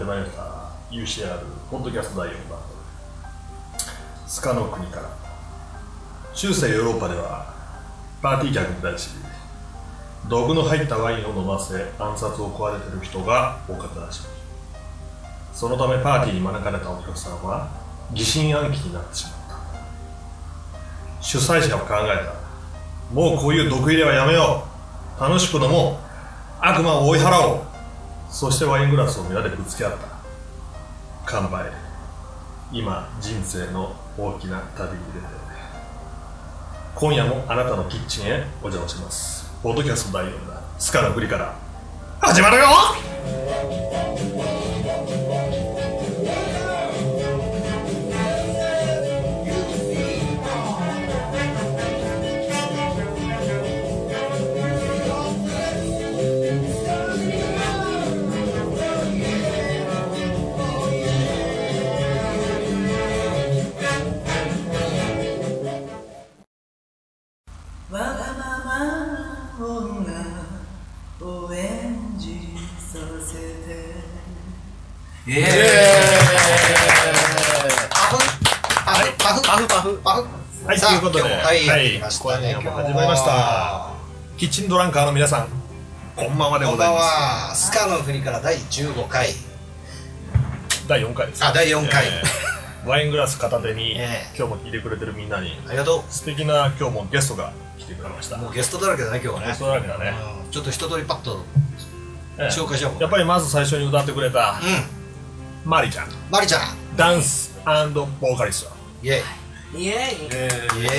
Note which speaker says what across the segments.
Speaker 1: まいりました UCR ポッドキャスト第4弾スカの国から。中世ヨーロッパではパーティー客に対し毒の入ったワインを飲ませ暗殺を加えている人が多かったらしい。そのためパーティーに招かれたお客さんは疑心暗鬼になってしまった。主催者は考えた。もうこういう毒入れはやめよう。楽しく飲もう。悪魔を追い払おう。そしてワイングラスを皆でぶつけ合った。乾杯。今人生の大きな旅に出て、今夜もあなたのキッチンへお邪魔します。ポッドキャスト第4弾スカの国から始まるよ。
Speaker 2: わがまま女を演じさせて。
Speaker 3: パフ。
Speaker 1: はい、ということで、
Speaker 3: はいましたね。
Speaker 1: 今夜も始まりました。キッチンドランカーの皆さん、こんばんはでございます。
Speaker 3: スカの国から第15回。
Speaker 1: 第4回です。
Speaker 3: 第4回。
Speaker 1: ワイングラス片手に、今日も聞いてくれてるみんなに
Speaker 3: ありがとう。
Speaker 1: 素敵な今日もゲストが来てくれました。
Speaker 3: もうゲストだらけだね今日はね。
Speaker 1: ゲストだらけだね。
Speaker 3: ちょっと一通りパッと紹介しよう。
Speaker 1: やっぱりまず最初に歌ってくれたマリちゃん、
Speaker 3: マリちゃん、
Speaker 1: ダンス&ボーカリスト。
Speaker 3: イエ
Speaker 2: イエーイ。
Speaker 3: イイエーイ。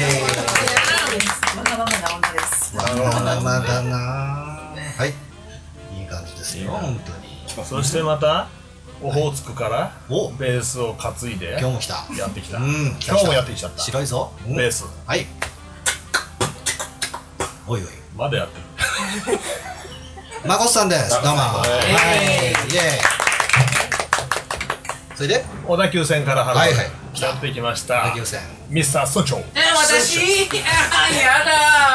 Speaker 2: わがままな女です。
Speaker 3: わがままだな。はい、いい感じですよ本当に。
Speaker 1: そしてまたオホーツクから
Speaker 3: お
Speaker 1: ベースを担いで
Speaker 3: 今日も来た。
Speaker 1: やってきた。
Speaker 3: 今
Speaker 1: 今日もやってきちゃった。
Speaker 3: 白いぞ
Speaker 1: ベース
Speaker 3: はい。おいおい
Speaker 1: まだやってる。
Speaker 3: マコスさんです。どうも。はい、イエーイ。それで
Speaker 1: 小田急線から
Speaker 3: はいはい
Speaker 1: やってきました
Speaker 3: 野球戦。
Speaker 1: ミスター村長。
Speaker 2: 私やだ。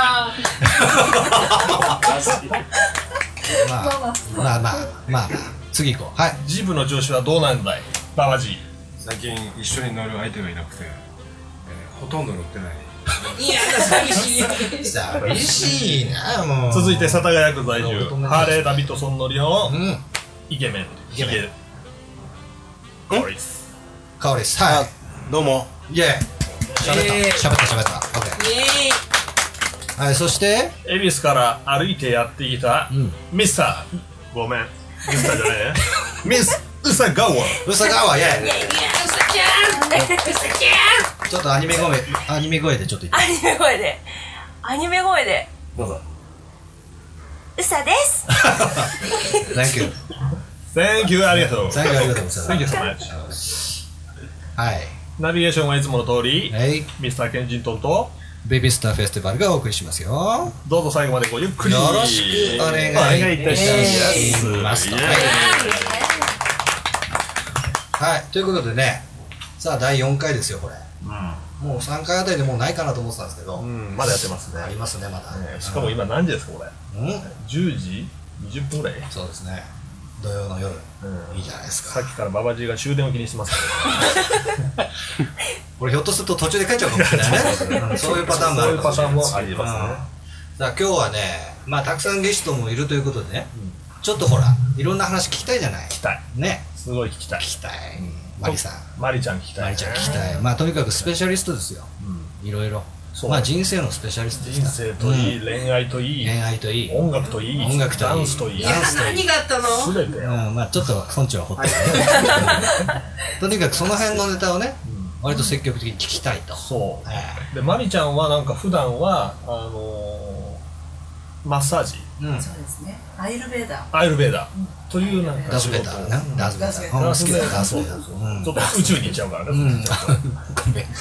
Speaker 3: まあ次行こう。はい。
Speaker 1: ジプの調子はどうなんだいババジー。
Speaker 4: 最近一緒に乗る相手がいなくて、ほとんど乗ってない。
Speaker 2: いやだ、寂しい。
Speaker 3: 寂しいなもう。
Speaker 1: 続いて世田谷区在住ハーレー・ダビッドソン乗りのイケメン
Speaker 3: イケメン
Speaker 1: カオリス。
Speaker 3: カオリス。はい。
Speaker 4: どうも。
Speaker 3: イエーイ。喋った。オッケ
Speaker 2: イエ
Speaker 3: ー。はい。そして
Speaker 1: 恵比寿から歩いてやってきたミスター、ごめんミスターじゃねえミス宇佐川。
Speaker 3: 宇佐川。イエーイ。
Speaker 2: ーイ。うさちゃん。
Speaker 3: ちょっとアニメ声でちょっと言って。
Speaker 5: アニメ声で
Speaker 1: どうぞ。
Speaker 5: うさです。
Speaker 3: Thank you。
Speaker 1: Thank you ありがとう。
Speaker 3: Thank you ありがとう。
Speaker 1: Thank you so much。
Speaker 3: はい。
Speaker 1: ナビゲーションはいつもの通り
Speaker 3: はい。
Speaker 1: ミスターケンジントンと
Speaker 3: ベビースターフェスティバルがお送りしますよ。
Speaker 1: どうぞ最後までごゆっくり
Speaker 3: よろしくお願い
Speaker 1: いたします。
Speaker 3: はい。ということでね、さあ第4回ですよこれ。もう3回あたりでもうないかなと思ってたんですけど、
Speaker 1: まだやってますね。
Speaker 3: ありますねまだ。
Speaker 1: しかも今何時ですかこれ。
Speaker 3: うん。
Speaker 1: 10時20分ぐらい。
Speaker 3: そうですね。土曜の夜。いいじゃないですか。
Speaker 1: さっきからババジーが終電を気にしてますけど。
Speaker 3: これひょっとすると途中で帰っちゃうかもしれないね。そういうパターンもあるかもしれない。
Speaker 1: そういうパターンもありますね。
Speaker 3: だから今日はね、まあたくさんゲストもいるということでね、ちょっとほらいろんな話聞きたいじゃない。
Speaker 1: 聞きたい。
Speaker 3: ね。
Speaker 1: すごい聞きたい。
Speaker 3: 聞きたい。マリさん。
Speaker 1: マリちゃん聞きたい。
Speaker 3: マリちゃん聞きたい。まあとにかくスペシャリストですよ。いろいろ。まあ人生のスペシャリストです
Speaker 1: 人
Speaker 3: から。
Speaker 1: 生といい、恋愛といい、
Speaker 3: 恋愛といい、
Speaker 1: 音楽といい、
Speaker 3: 音楽といい
Speaker 1: ダンスといい、
Speaker 3: ダンスといい。
Speaker 2: 何があったの？
Speaker 1: すべてよ。
Speaker 3: まあちょっと村長はほっといてね。とにかくその辺のネタをね、割と積極的に聞きたいと。
Speaker 1: そう。でマリちゃんはなんか普段はマッサージ、
Speaker 2: そうですね。アイルベーダー。
Speaker 1: アイルベーダーというなんか
Speaker 3: ダスベーターな。ダスベーター。好きだダスベーター。
Speaker 1: ちょっと宇宙に行っちゃうからね。
Speaker 3: ごめん。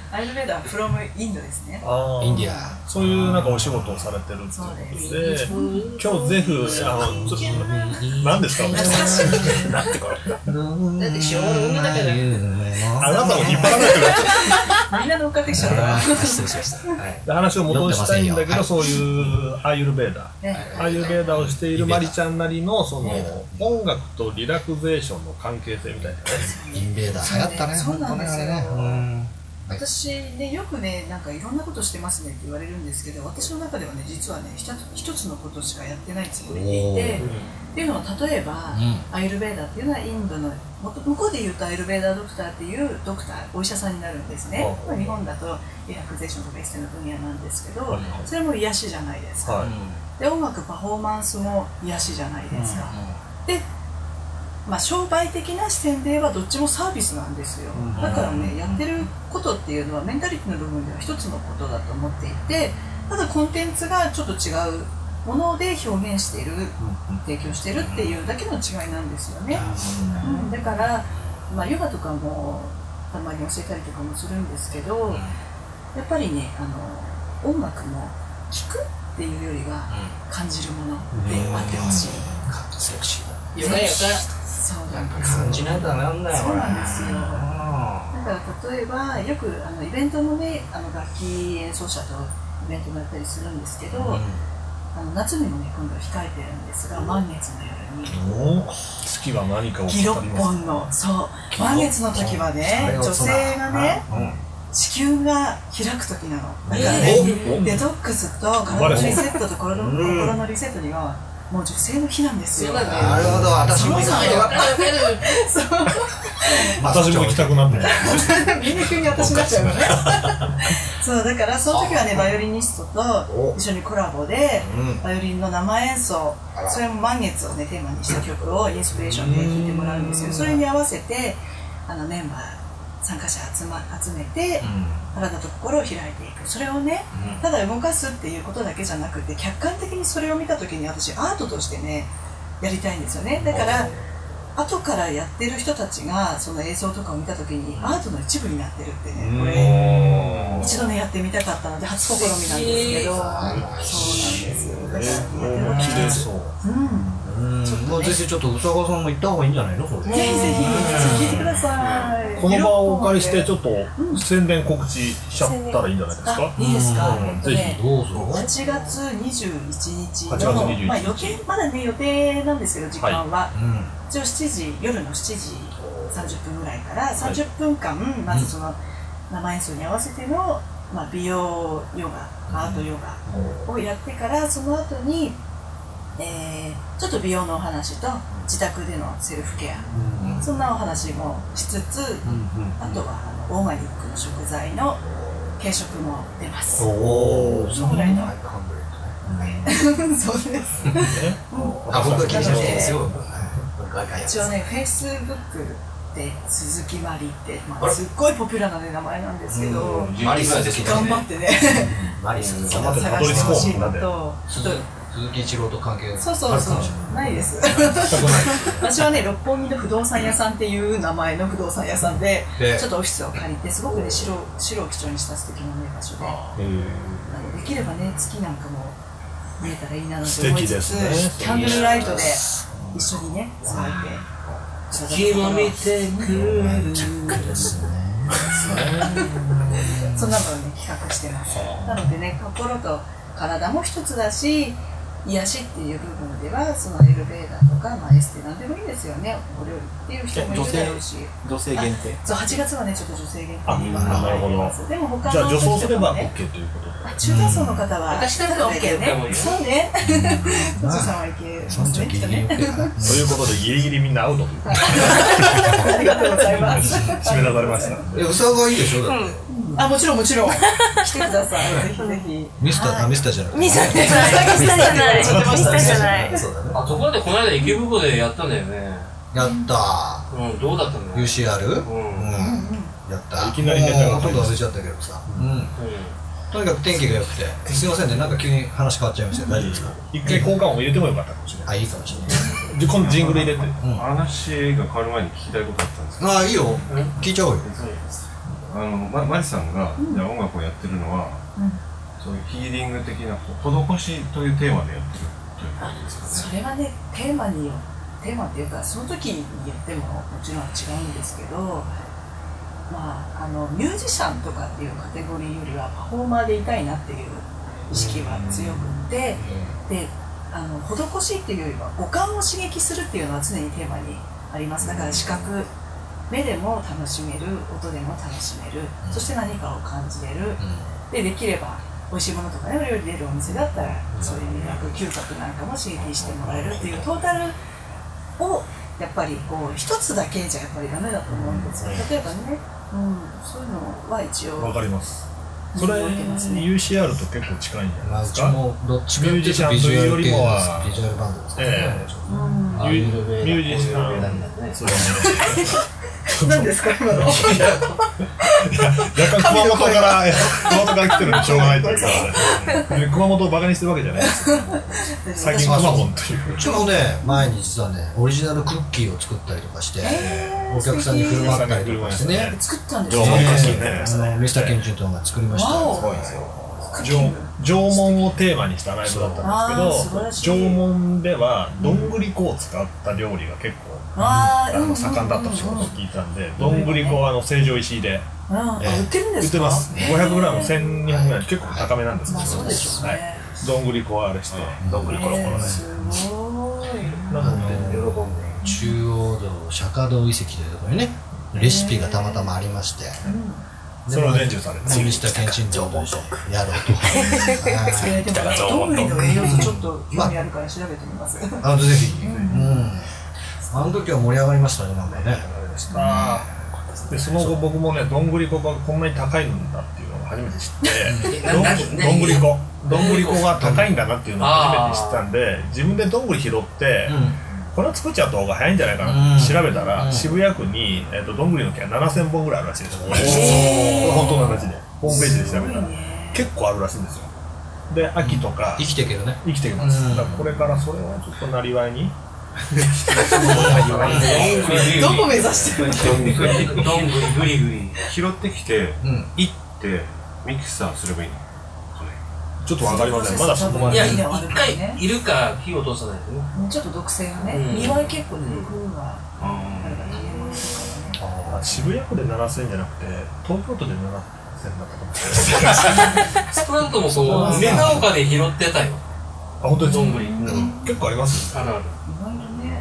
Speaker 2: アイルベーダー from インドですね。
Speaker 1: あー
Speaker 3: インディア。
Speaker 1: そういうなんかお仕事をされてるってことで、今日ぜひ何ですか？なんてこれ。
Speaker 6: だって昭和の女だから
Speaker 1: あなたも引っ張らないでください。
Speaker 2: みんな乗っかってきちゃった。
Speaker 3: 失礼しました。はい。
Speaker 1: で話を戻したいんだけど、
Speaker 3: はい
Speaker 1: そういうアーユルベーダ
Speaker 2: ね
Speaker 1: ー、アーユルベーダーをしているマリちゃんなりのその音楽とリラクゼーションの関係性みたいなね。
Speaker 3: インベーダー流行ったね。
Speaker 2: そうなんですよ
Speaker 3: 本当ね。
Speaker 2: 私ね、よくね、なんかいろんなことしてますねって言われるんですけど、私の中ではね、実はね、一つのことしかやってないつもりでいて、っていうのは例えば、アイルベーダーっていうのはインドの向こうで言うとアイルベーダードクターっていうドクター、お医者さんになるんですね。まあ日本だとリラクゼーションとかエステの分野なんですけど、それも癒しじゃないですか。
Speaker 1: はい
Speaker 2: で、音楽パフォーマンスも癒しじゃないですか。で、まあ、商売的な視点で言えばどっちもサービスなんですよ。だからね、やってることっていうのはメンタリティの部分では一つのことだと思っていて、ただコンテンツがちょっと違うもので表現している、提供しているっていうだけの違いなんですよね。だから、まあ、ヨガとかもたまに教えたりとかもするんですけど、やっぱりね、音楽も聴くっていうよりは感じるものであってほしい。
Speaker 3: セクシー。
Speaker 6: よかよか
Speaker 2: そうなんですよ。
Speaker 6: 感じないとダメなんだよ。
Speaker 2: そうなんですよ。だから例えばよくイベントのね、楽器演奏者とイベントもやったりするんですけど、夏にもね今度は控えてるんですが、満月の夜に
Speaker 1: 月が何かを語
Speaker 2: ギロッ
Speaker 1: ります。
Speaker 2: ポンのそう満月の時はね、女性がね、地球が開く時なの。だからね、デトックスと体のリセットと心のリセットにはもう女性の日なんですよ。
Speaker 6: そうだね。
Speaker 3: なるほど、私も行かないと。
Speaker 1: 私も行きたくなってる。
Speaker 2: みんな急に私になっちゃうのね。そうだからその時はね、バイオリニストと一緒にコラボでバイオリンの生演奏、それも満月をねテーマにした曲をインスピレーションで弾いてもらうんですよ。それに合わせてメンバー参加者集めて体と心を開いていく。それをね、ただ動かすっていうことだけじゃなくて、客観的にそれを見た時に私アートとしてねやりたいんですよね。だから後からやってる人たちがその映像とかを見た時にアートの一部になってるってね、これ一度ねやってみたかったので初試みなんですけど、そうなんですよ。だから
Speaker 1: 綺麗そう。
Speaker 3: もうぜひちょっと宇佐川さんも行った方がいいんじゃないの？それ。
Speaker 2: ぜひぜひ聞いてください。
Speaker 1: この場をお借りしてちょっと宣伝告知しちゃったらいいんじゃないですか。
Speaker 2: いいですか。
Speaker 1: ぜひ
Speaker 3: どうぞ。
Speaker 2: 8月21日
Speaker 1: 8月
Speaker 2: の
Speaker 1: 21日
Speaker 2: まあ予定まだね予定なんですけど時間は一応夜の7時30分ぐらいから30分間まずその生演奏に合わせてのまあ美容ヨガ、アートヨガをやってから、その後にちょっと美容のお話と自宅でのセルフケア、そんなお話もしつつ、あとはオーガニックの食材の軽食も出ます。そのぐらいのそうです。
Speaker 3: あ、僕は気にしてますよ。
Speaker 2: 一応ね、Facebook で鈴木まりって、まあ、すっごいポピュラーな、ね、名前なんですけど、
Speaker 3: マリさんです
Speaker 2: 頑張ってね、
Speaker 3: マリさん
Speaker 2: 探してほしいのと、
Speaker 3: 鈴木一郎と関係
Speaker 2: そうないです。私はね、六本木の不動産屋さんっていう名前の不動産屋さんで、ちょっとオフィスを借りて、すごくね、白を基調にした素敵な、ね、場所で、できればね、月なんかも見えたらいいなと思いつつ、キャンドルライトで一緒にね、座って。
Speaker 6: 月も見てくる。
Speaker 2: そんなのをね、企画してます。なのでね、心と体も一つだし、癒しっていう部分ではそのエルベーダーとか、まあ、エステなんでもいいですよね。お料理っていう人もいるだろうし、
Speaker 7: 女性限定。
Speaker 2: そう、8月はねちょっと女性限定に
Speaker 1: なるほど。
Speaker 2: でも他の
Speaker 1: じゃあ女装すれば
Speaker 2: ね
Speaker 1: OK ということで。
Speaker 2: 中華層の方は
Speaker 6: 私だったら OK だと思うよ。
Speaker 2: そうね。トチさんはいけますね。きっとね。
Speaker 1: ということでギリギリみんなアウトということで
Speaker 2: ありがとうございます。
Speaker 1: 締め出されました。
Speaker 3: 宇佐川いいでしょだって。
Speaker 2: あ、もちろん来てください。ぜひぜひ。
Speaker 3: ミスターじゃなくて。
Speaker 5: ミスターじゃない。
Speaker 6: あ、ところでこの間池袋でやったんだよね。
Speaker 3: やった。
Speaker 6: どうだったの？
Speaker 3: UCR？やった。
Speaker 1: いきなりネタが
Speaker 3: ほとんど忘れちゃったけどさ。とにかく天気が良くて、すいませんね、なんか急に話変わっちゃいましたよ。大丈夫ですか？
Speaker 1: 一回交換音入れてもよかったかもしれない。
Speaker 3: あ、いいかもしれない。
Speaker 1: で、今度ジングル入れて。
Speaker 4: 話が変わる前に聞きたいことあったんですけど。
Speaker 3: ああ、いいよ。聞いちゃおうよ。
Speaker 4: マリさんがじゃあ音楽をやってるのは、そういうヒーリング的な施しというテーマでやってるということですかね。
Speaker 2: それはね、テーマっていうか、その時によってももちろん違うんですけど、ミュージシャンとかっていうカテゴリーよりはパフォーマーでいたいなっていう意識は強くって、で施しっていうよりは五感を刺激するっていうのは常にテーマにあります。だから視覚、目でも楽しめる、音でも楽しめる、そして何かを感じれる、できれば美味しいものとかね、お料理出るお店だったらそういう味覚、嗅覚なんかも刺激してもらえるっていうトータルをやっぱりこう一つだけじゃやっぱりダメだと思うんですよ。例えばね、そういうのは一応
Speaker 1: わかります。それ UCR と結構近いんじゃないですか。
Speaker 3: うちもどっちかっていうとビジュアル系です。ビジュアルバンドですね。
Speaker 1: ミュージシャン
Speaker 2: 何ですか今の。
Speaker 1: 若干熊本から来てるんでしょうがないというか、熊本をバカにしてるわけじゃないですよ。最近熊本という。
Speaker 3: うちもね、前に実はね、オリジナルクッキーを作ったりとかして、お客さんに振る舞ったりとかしてね。
Speaker 2: 作ったんです
Speaker 3: ね。ミスターケンチュンとが作りました。
Speaker 1: すごいですよ。縄文をテーマにしたライブだったんですけど、縄文ではどんぐり粉を使った料理が結構盛んだったってことを聞いたんで、どんぐり粉は成城石井で
Speaker 2: 売ってるんですか？
Speaker 1: 売ってます。500g1200円ぐらい、結構高めなんですけど、
Speaker 2: そうでしょうね。
Speaker 1: どんぐり粉はあれして、どんぐりコロコロね。
Speaker 2: すごい。
Speaker 3: 中央道釈迦堂遺跡というところにね、レシピがたまたまありまして、
Speaker 1: それを伝授されて、
Speaker 3: ミスターケンチンとやろうと。
Speaker 2: どんぐりの栄養素ちょっと興味あるから調べてみます。
Speaker 3: ぜひ。あの時は盛り上がりましたね、なんかね。
Speaker 1: でその後僕もね、どんぐり粉がこんなに高いんだっていうのを初めて知ってどんぐり粉が高いんだなっていうのを初めて知ったんで、自分でどんぐり拾ってこれを作っちゃった方が早いんじゃないかなって調べたら、渋谷区にどんぐりの木が7000本ぐらいあるらしいですよ。これ本当の話でホームページで調べたら結構あるらしいんですよ。で秋とか
Speaker 3: 生きていけるね。
Speaker 1: 生きていきます。だからこれからそれをちょっとなりわいに
Speaker 2: どこ目指してるの？
Speaker 6: どんぐりぐりぐり
Speaker 4: 拾ってきて、いってミキサーすればいいの？
Speaker 1: ちょっとわかりません。まだそこまで。
Speaker 6: いや、一回いるか火を通さないとね。
Speaker 2: ちょっと毒性がね、身は結構ね、毒があるから食べ物とかはね。
Speaker 1: 渋谷区で7000円じゃなくて東京都で7000円だったと思って。
Speaker 6: 少なくともこう長岡で拾ってたよ。
Speaker 1: あ、本当に
Speaker 6: どんぐり
Speaker 1: 結構あります。
Speaker 6: あるある。
Speaker 2: 意外とね。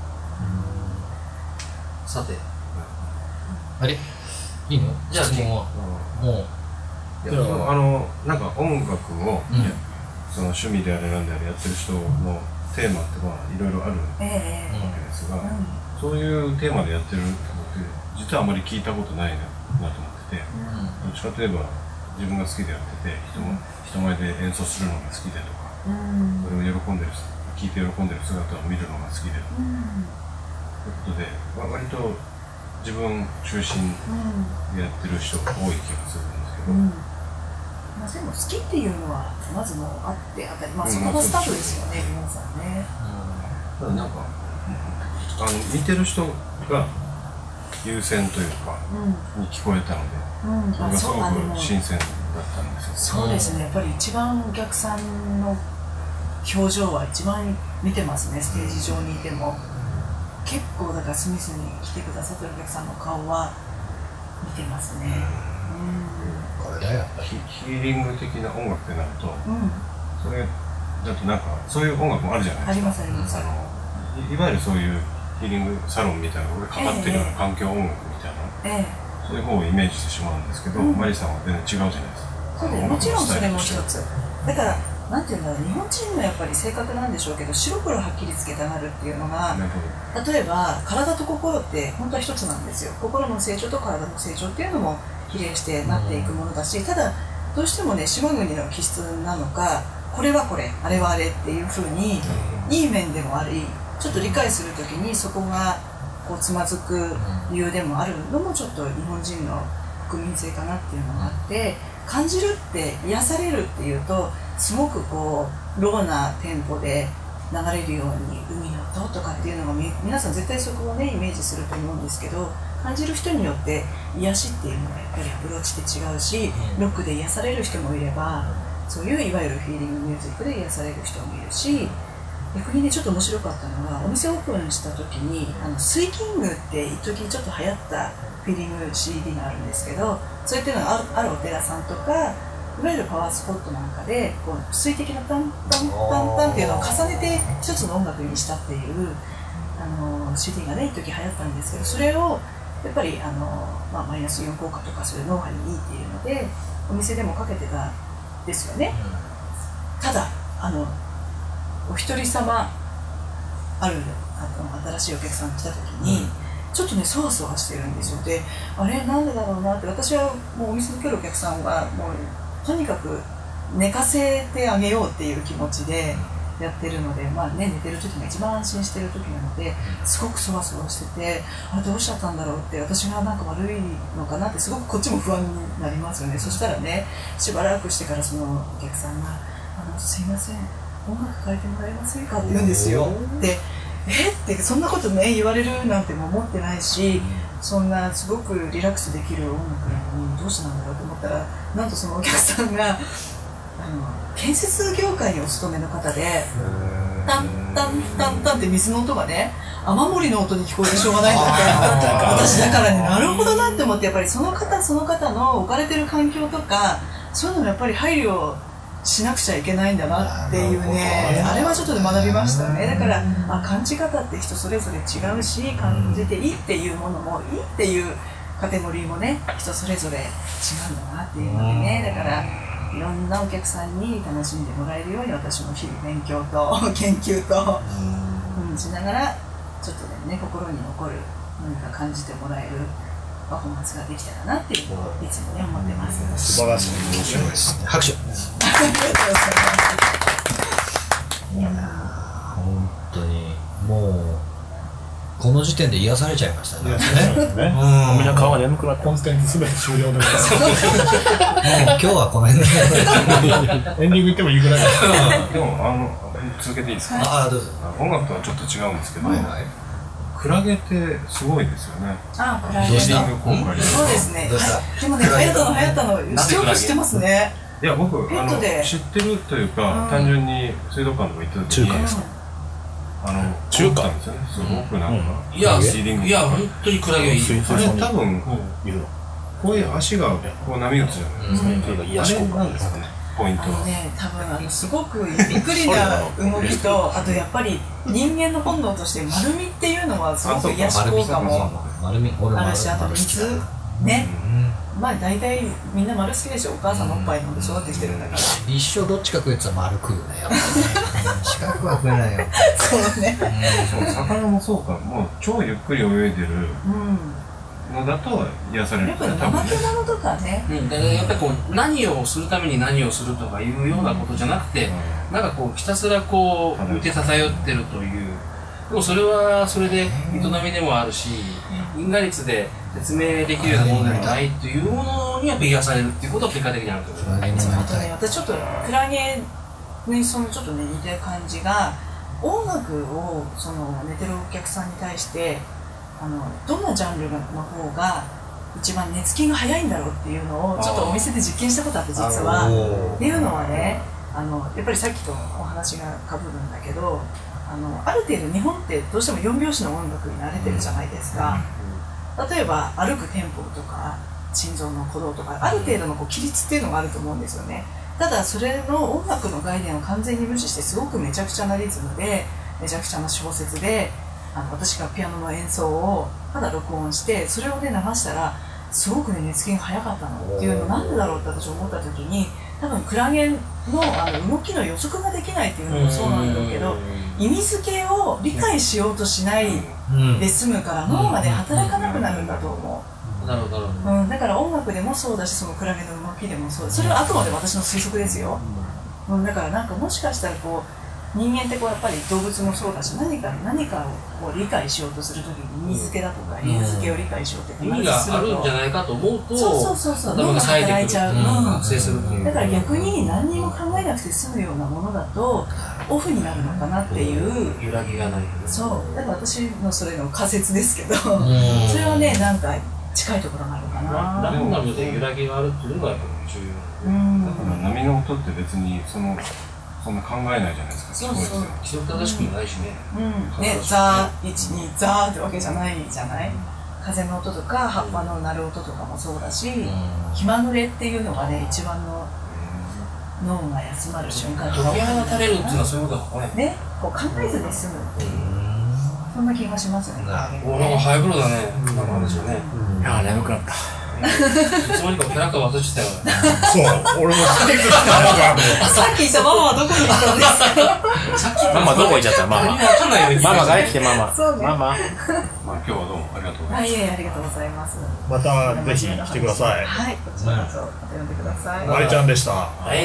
Speaker 6: さて、
Speaker 3: あれいいの？
Speaker 6: じゃあ
Speaker 3: 質問はもう
Speaker 4: なんか音楽をその趣味であれなんであれやってる人のテーマっていろいろあるわけですが、そういうテーマでやってるのって実はあまり聞いたことないなと思ってて、どっちかといえば自分が好きでやってて人前で演奏するのが好きでとか、それを喜んでる聴いて喜んでる姿を見るのが好きでとか、ということで割と自分中心でやってる人が多い気がするんですけど。
Speaker 2: でも好きっていうのはまずもうあって当たり、そこがスタートですよね、皆さんね。
Speaker 4: なんか見てる人が優先というかに聞こえたので、それがすごく新鮮だったんですよ。
Speaker 2: そうですね、やっぱり一番お客さんの表情は一番見てますね、ステージ上にいても。結構だからスミスに来てくださってるお客さんの顔は見てますね。
Speaker 3: これだよ。
Speaker 4: ヒーリング的な音楽ってなると、それだとなんかそういう音楽もあるじゃないですか。
Speaker 2: ありますあります。
Speaker 4: いわゆるそういうヒーリングサロンみたいなのがかかってるような環境音楽みたいな、そういう方をイメージしてしまうんですけど、マリさんは全然違うじゃないですか。
Speaker 2: そうでもちろんそれも一つ。だからなんていうんだろう、日本人のやっぱり性格なんでしょうけど、白黒はっきりつけたがるっていうのが、例えば体と心って本当は一つなんですよ。心の成長と体の成長っていうのも比例してなっていくものだし、ただどうしてもね、島国の気質なのか、これはこれ、あれはあれっていうふうに、いい面でもあり、ちょっと理解するときにそこがこうつまずく理由でもあるのもちょっと日本人の国民性かなっていうのがあって、感じるって癒されるっていうとすごくこうローなテンポで流れるように海の音とかっていうのが皆さん絶対そこをねイメージすると思うんですけど、感じる人によって癒しっていうのがやっぱりアプローチって違うし、ロックで癒される人もいれば、そういういわゆるフィーリングミュージックで癒される人もいるし、逆にねちょっと面白かったのは、お店オープンした時にスイキングって一時ちょっと流行ったフィーリング CD があるんですけど、そういったのがあるお寺さんとか、いわゆるパワースポットなんかでこう水滴のタンタンタンタンっていうのを重ねて一つの音楽にしたっていうCD がね一時流行ったんですけど、それをやっぱりマイナスイオン効果とかそういう脳波にいいっていうのでお店でもかけてたんですよね。ただお一人様新しいお客さんが来た時に、ちょっとねそわそわしてるんですよ。で、あれなんでだろうなって、私はもうお店に来るお客さんはもうとにかく寝かせてあげようっていう気持ちでやってるので、寝てる時が一番安心してる時なので、すごくそわそわしてて、どうしちゃったんだろうって、私がなんか悪いのかなって、すごくこっちも不安になりますよね。そしたらね、しばらくしてからそのお客さんがすいません、音楽変えてもらえませんかって言うんですよ。で、ってそんなことね言われるなんても思ってないし、そんなすごくリラックスできる音楽なのにどうしてなんだろうと思ったら、なんとそのお客さんが建設業界にお勤めの方で、タンタンタンタンって水の音がね雨漏りの音に聞こえてしょうがないんだって私だからね、なるほどなって思って、やっぱりその方の置かれてる環境とかそういうのもやっぱり配慮しなくちゃいけないんだなっていうね、あれはちょっと学びましたね。だから感じ方って人それぞれ違うし、感じていいっていうものもいいっていうカテゴリーもね人それぞれ違うんだなっていうのでね、だからいろんなお客さんに楽しんでもらえるように私も日々勉強と研究としながら、ちょっとでもね心に残る何か感じてもらえるパフォーマンスができたらなっていうのをいつもね思ってます。
Speaker 1: 素晴らしい、面白いですね。拍手。
Speaker 2: ありがとうございます。
Speaker 3: いや本当にもうこの時点で癒されちゃいましたね。
Speaker 1: みんな顔が眠くなってコンテンツすべて終了でございます。
Speaker 3: もう今日はこの辺で
Speaker 1: エンディングいってもいいぐらいです。
Speaker 4: でも続けていいですか。
Speaker 3: どうぞ。
Speaker 4: 音楽とはちょっと違うんですけど、クラゲってすごいですよね。
Speaker 2: クラゲ。そうですね。でもね、流行ったの、よく知ってますね。
Speaker 4: いや、僕知ってるというか、単純に水道管とか行った時に中華ですよね。すごくなんか
Speaker 6: いや、本当にクラゲはいい。
Speaker 4: あれ多分こういう足がこう波打つじゃないですか。あれなんですかね、ポイントは。
Speaker 2: 多分すごくびっくりな動きと、あとやっぱり人間の本能として丸みっていうのはすごく癒し効果もあるし、あと水ね。大体みんな丸好きでしょ。お母さんのおっぱい飲んで育ってきてるんだから。
Speaker 3: 一生どっちか食えって言ったら丸食うね、やっぱね。四角は食えないよ。
Speaker 2: そうね。
Speaker 4: 魚もそうか、もう超ゆっくり泳いでるのだと癒される。
Speaker 2: やっぱり怠け者とかね。
Speaker 6: だからやっぱりこう何をするために何をするとかいうようなことじゃなくて、なんかこうひたすらこう浮いて漂ってるという。でもそれはそれで営みでもあるし、因果率で説明できるようなものでもないっていうものにやっぱ癒されるっていうことは結果的にあると思います。
Speaker 2: 私ちょっとクラゲにちょっとね似てる感じが、音楽を寝てるお客さんに対してどんなジャンルの方が一番寝つきが早いんだろうっていうのをちょっとお店で実験したことあって、実は。っていうのはね、やっぱりさっきとお話がかぶるんだけど、ある程度日本ってどうしても4拍子の音楽に慣れてるじゃないですか。例えば歩くテンポとか心臓の鼓動とか、ある程度の規律っていうのがあると思うんですよね。ただそれの音楽の概念を完全に無視して、すごくめちゃくちゃなリズムでめちゃくちゃな小節で私がピアノの演奏をただ録音して、それをね流したらすごくね寝つきが早かったのっていうの、なんでだろうって私思った時に、多分クラゲの動きの予測ができないっていうのもそうなんだけど、意味付けを理解しようとしないで済むから脳がね働かなくなるんだと思う。
Speaker 6: なるほど。
Speaker 2: だから音楽でもそうだし、そのクラゲの動きでもそう。それはあくまで私の推測ですよ。だからなんかもしかしたら人間ってこうやっぱり動物もそうだし、何かをこう理解しようとするときに水気だとか理付けを理解しようって
Speaker 6: 意味があるんじゃないかと思うと、
Speaker 2: そう脳が働いちゃう。
Speaker 6: 覚醒するっていう。
Speaker 2: だから逆に何にも考えなくて済むようなものだとオフになるのかなっていう。
Speaker 6: 揺らぎがない。
Speaker 2: そう。だから私のそれの仮説ですけど、それはねなんか近いところなのかな。
Speaker 6: ランダムで揺らぎがあるっていうのがやっぱ重要。
Speaker 4: だから波の音って別にそんな考えないじゃないですか。
Speaker 2: そうそう。
Speaker 6: 規則正しくもないしね。
Speaker 2: ね、ザー、1、2、ザーってわけじゃないじゃない。風の音とか葉っぱの鳴る音とかもそうだし、気まぐれっていうのがね、一番の脳が休まる瞬間とか。
Speaker 6: 解き放たれるっていうのはそういうことだね。
Speaker 2: ね、こう考えずに済むっていう。そんな気がしますね。
Speaker 6: お、なんかハイブロだね。なんですよね。
Speaker 7: いや、眠くなった。
Speaker 6: いつの間にかキャラクター忘れてたよ。
Speaker 1: そう、俺もさ
Speaker 2: っき言ったママはどこに行ったんですか。
Speaker 7: ママどこ行っちゃったママ。
Speaker 6: わかんないよ。
Speaker 7: ママ帰ってきてママ。
Speaker 2: そうね。
Speaker 7: ママ。
Speaker 4: まあ今日はどうもありがとうございます。
Speaker 2: はい、ありがとうございます。
Speaker 1: またぜひ来てください。
Speaker 2: はい、こちらこそまた呼んでください。
Speaker 1: まりちゃんでした。
Speaker 6: はい。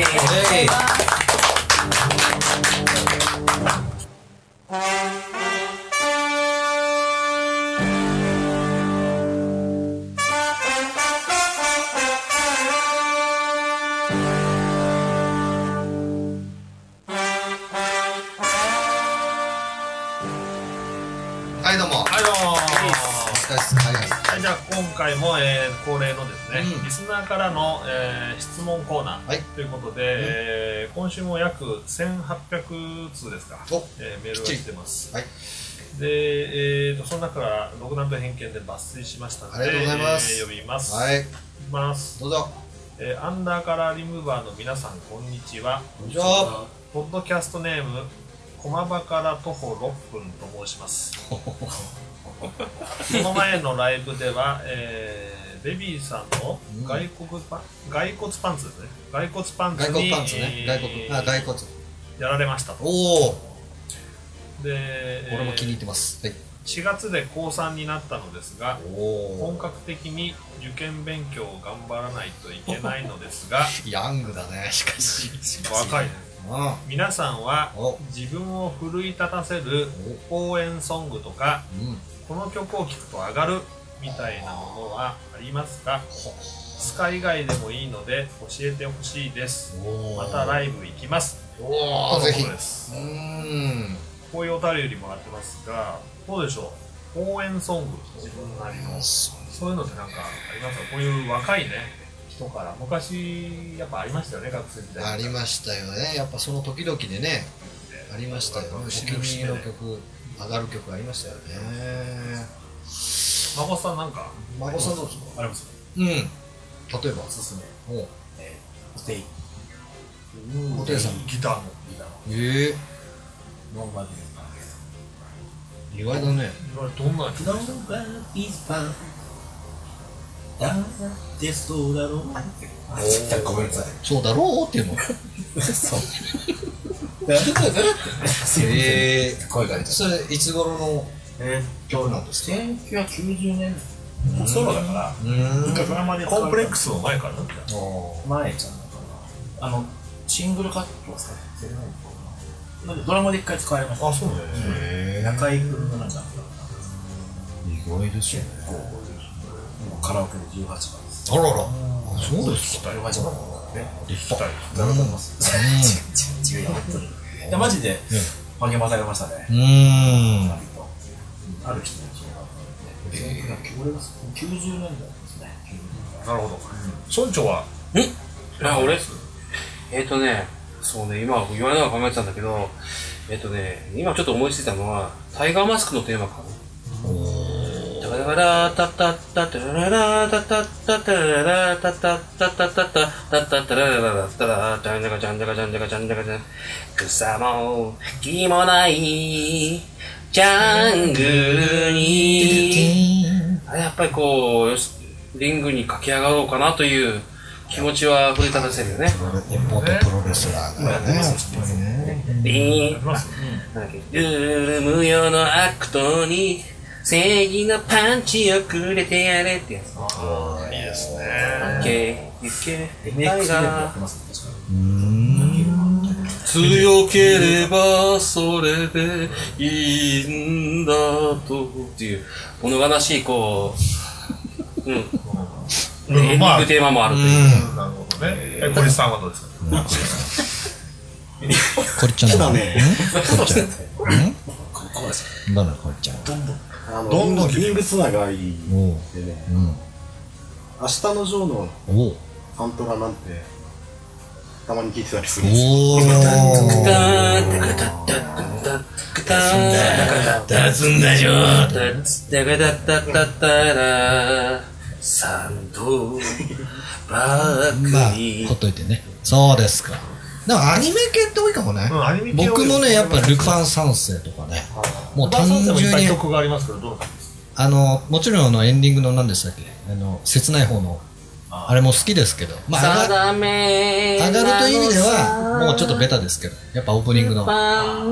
Speaker 3: はい、どうも。
Speaker 1: はい、どうも。
Speaker 3: お疲れ様です。
Speaker 1: はい、じゃあ今回も、恒例のですね、リスナーからの、質問コーナーということで、今週も約1800通ですか、メールが来てます。
Speaker 3: はい。
Speaker 1: で、その中から独断と偏見で抜粋しましたので、
Speaker 3: ありがとうございます。
Speaker 1: 読みます。
Speaker 3: はい。
Speaker 1: いきます。
Speaker 3: どうぞ。
Speaker 1: アンダーカラーリムーバーの皆さん、こんにちは。
Speaker 3: こんにちは。
Speaker 1: ポッドキャストネーム、駒場から徒歩6分と申します。この前のライブでは、ベビーさんの骸骨パンツですね。骸骨パンツに
Speaker 3: 骸骨
Speaker 1: やられましたと。
Speaker 3: おお。
Speaker 1: で、
Speaker 3: 俺も気に入ってます。はい。
Speaker 1: 4月で高3になったのですが、本格的に受験勉強を頑張らないといけないのですが、
Speaker 3: ヤングだね、しかし。
Speaker 1: 若いね。皆さんは自分を奮い立たせる応援ソングとか、この曲を聴くと上がるみたいなものはありますか？スカ以外でもいいので教えてほしいです。またライブ行きます。
Speaker 3: ぜひ。
Speaker 1: こういうお便りもらってますが、どうでしょう？応援ソング、自分なりのそういうのってなんかありますか？こういう若いね人から昔やっぱありましたよね、学生時代。
Speaker 3: ありましたよね。やっぱその時々でね、ありましたよね。お気に入りの曲、上がる曲ありましたよね。
Speaker 1: 孫さんなんか、
Speaker 3: 孫さんどうですか？
Speaker 7: あります。
Speaker 3: 例えば
Speaker 7: おすすめ。おてい。
Speaker 3: おていさん。
Speaker 1: ギターの。
Speaker 7: ノーマルで
Speaker 3: 意外だね。
Speaker 1: どんなやつ？
Speaker 7: ノーマルイズファン。だってそうだろう。ごめんなさい。
Speaker 3: そうだろうっていうの。
Speaker 7: そう。
Speaker 3: 声が出た。それいつ頃の曲なんですか
Speaker 7: ？1990年
Speaker 1: ソロだから、ドラマでコンプレックスの前からなんだよ。
Speaker 7: 前じゃないかな。シングルカットは使ってないドラマで一回使われました。
Speaker 1: あ、そうね。
Speaker 7: 中井君のなんか
Speaker 3: 意外ですよね。
Speaker 7: カラオケで18番です。
Speaker 3: あらら。そうですか。
Speaker 7: 18番ね。
Speaker 1: 聞きたい。
Speaker 7: ざると思います。違うよ、本当に。いや、マジで励まされましたね。ある人たちが。俺が90年代ですね。
Speaker 1: なるほど。村長は？
Speaker 6: 俺そうね、今言われながら考えてたんだけど、今ちょっと思いついたのは、タイガーマスクのテーマかな。タララタタタタララタタタタララタタタタタタタタタララタラジャンジャカジャンジャカジャンジャカジャンジャカジャン草も木もないジャングルにやっぱりこうリングに駆け上がろうかなという気持ちは奮い立たせるよね。
Speaker 3: 元プロレスラーがね。
Speaker 6: ルール無用のアクトに正義のパンチをくれてやれってやつ。
Speaker 1: いいですね。
Speaker 6: 行け、タイガー。 強ければそれでいいんだとっていう物悲しいこう、エンディングテーマもあるという。
Speaker 1: なるほどね。小西さんはどうですか？
Speaker 3: こりちゃんだね。こりちゃん。
Speaker 7: ここです。
Speaker 3: どんなこりちゃん。
Speaker 7: どんどんリングつながりでね、明日のジョーのサントラなんてたまに聞いてたりするんですよ。
Speaker 6: 立つんだよサントラ
Speaker 3: まあ、ほっといてね。そうですか。でもアニメ系って多いかもね。僕もね、やっぱルパン三世とかね。もう単純に
Speaker 1: 曲がありますけど、どうですか？
Speaker 3: もちろんエンディングの何でしたっけ、切ない方のあれも好きですけど、まあ上がるという意味ではもうちょっとベタですけど、やっぱオープニングのパッ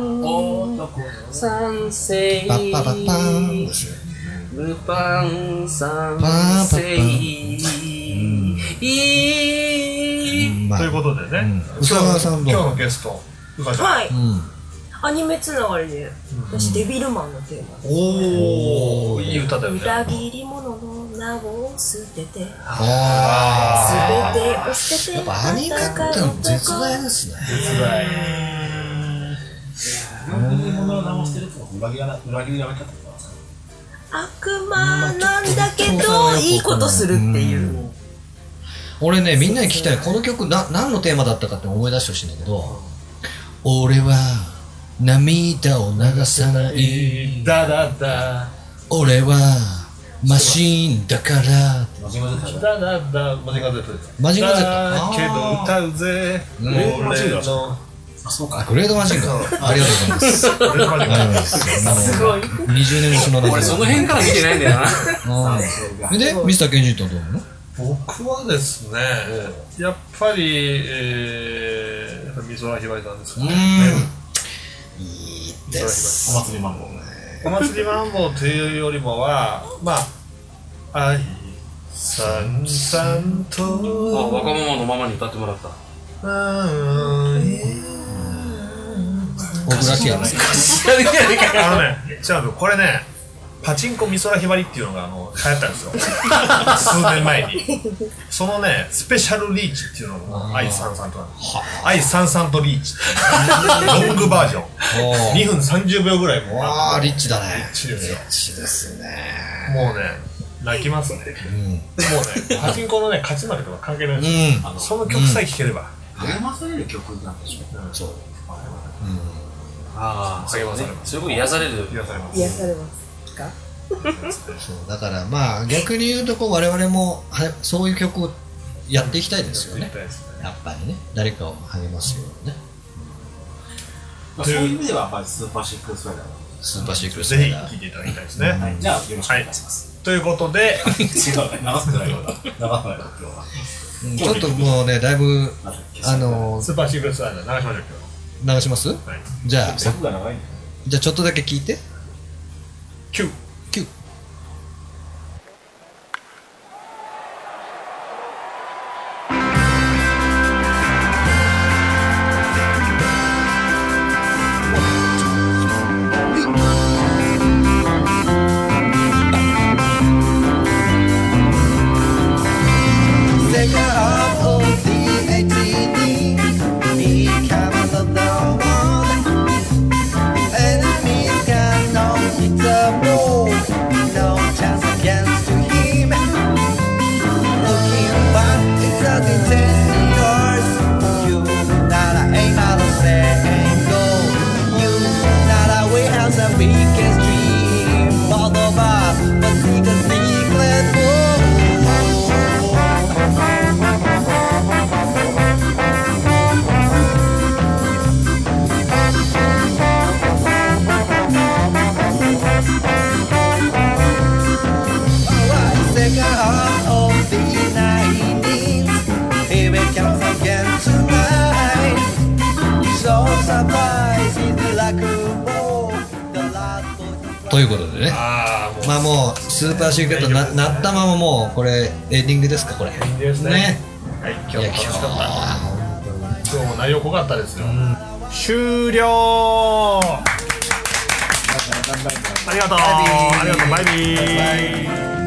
Speaker 3: パパッパーンですよ。
Speaker 6: ルパン三世
Speaker 1: ということでね、
Speaker 3: 宇佐川さん
Speaker 1: 今日のゲスト、宇佐川さん。
Speaker 5: はい。アニメつながりで、私デビルマンのテーマで。
Speaker 1: おお、いい歌だよね。
Speaker 5: 裏切り者の名を捨てて、すべてを捨てて、
Speaker 3: やっぱアニメっての絶大ですね。
Speaker 1: 絶大。
Speaker 7: 裏切り者の名を捨てると裏切りやめたってことですか？
Speaker 5: 悪魔なんだけど、いいことするっていう。
Speaker 3: 俺ね、みんなに聞きたい。この曲何のテーマだったかって思い出してほしいんだけど、俺は涙を流さない
Speaker 1: だだだ。
Speaker 3: 俺はマシンだから
Speaker 7: マジンガー Z
Speaker 1: だだだ。マジンガー Z です。
Speaker 3: マジンガー Z
Speaker 1: だけど歌うぜ。俺の。
Speaker 7: あ、そうか。
Speaker 3: グレードマジンガーありがとうございます。
Speaker 1: グレードマジンガー。
Speaker 5: すごい。
Speaker 3: 20年越しの
Speaker 6: 俺その辺から見てないんだよな。
Speaker 3: で、ミスターケンジントンどうなの？
Speaker 1: 僕はですね、やっぱり美空ひばりさんですかね。
Speaker 3: いいです。
Speaker 7: お祭りマンボウ。
Speaker 1: お祭りマンボウというよりもは、まあ、愛さんさんと
Speaker 6: 若者のママに歌ってもらった。
Speaker 3: 僕だけやないか。
Speaker 1: 違う、これね、パチンコ美空ひばりっていうのが流行ったんですよ。数年前に。そのね、スペシャルリーチっていうのも愛さんさんと愛さんさんとリーチっていうロングバージョン。2分30秒ぐらいも
Speaker 3: わあ、リッチだね。
Speaker 1: リッチですよ。
Speaker 3: リッチですね。
Speaker 1: もうね、泣きますね。もうね、パチンコのね、勝ち負けとか関係ないですよ。その曲さえ聴ければ。
Speaker 7: 励まされる曲なんでしょう。
Speaker 3: そう。
Speaker 6: ああ、励まされます。そういうこと癒される。
Speaker 1: 癒されます。
Speaker 5: 癒されますか？
Speaker 3: そうだからまあ逆に言うと我々もそういう曲をやっていきたいですよね。やっぱりね、誰かを励ますようにね。
Speaker 7: そういう意味ではスーパーシークレットスライダー。
Speaker 3: スーパーシークレットスラ
Speaker 1: ぜひ
Speaker 3: イダー。
Speaker 1: 聴いていただきたいですね。
Speaker 7: じゃあよろしくお願いします。
Speaker 1: ということで、
Speaker 7: 違うね、流すくないよ。流さないよ、今日は。
Speaker 3: ちょっともうね、だいぶ
Speaker 1: スーパーシークレットスライダー流しましょう
Speaker 3: 流します？じゃあ
Speaker 7: 尺が長いんだよ。
Speaker 3: じゃあちょっとだけ聞いて。
Speaker 1: 今日。
Speaker 3: 9。ということでね、まあもうスーパーシークレットなったままもうこれエンディングですかこれ。エンディングですね。はい、今日も楽しかった。今日も内容濃かったですよ。
Speaker 1: 終了。ありがとう。バイビー。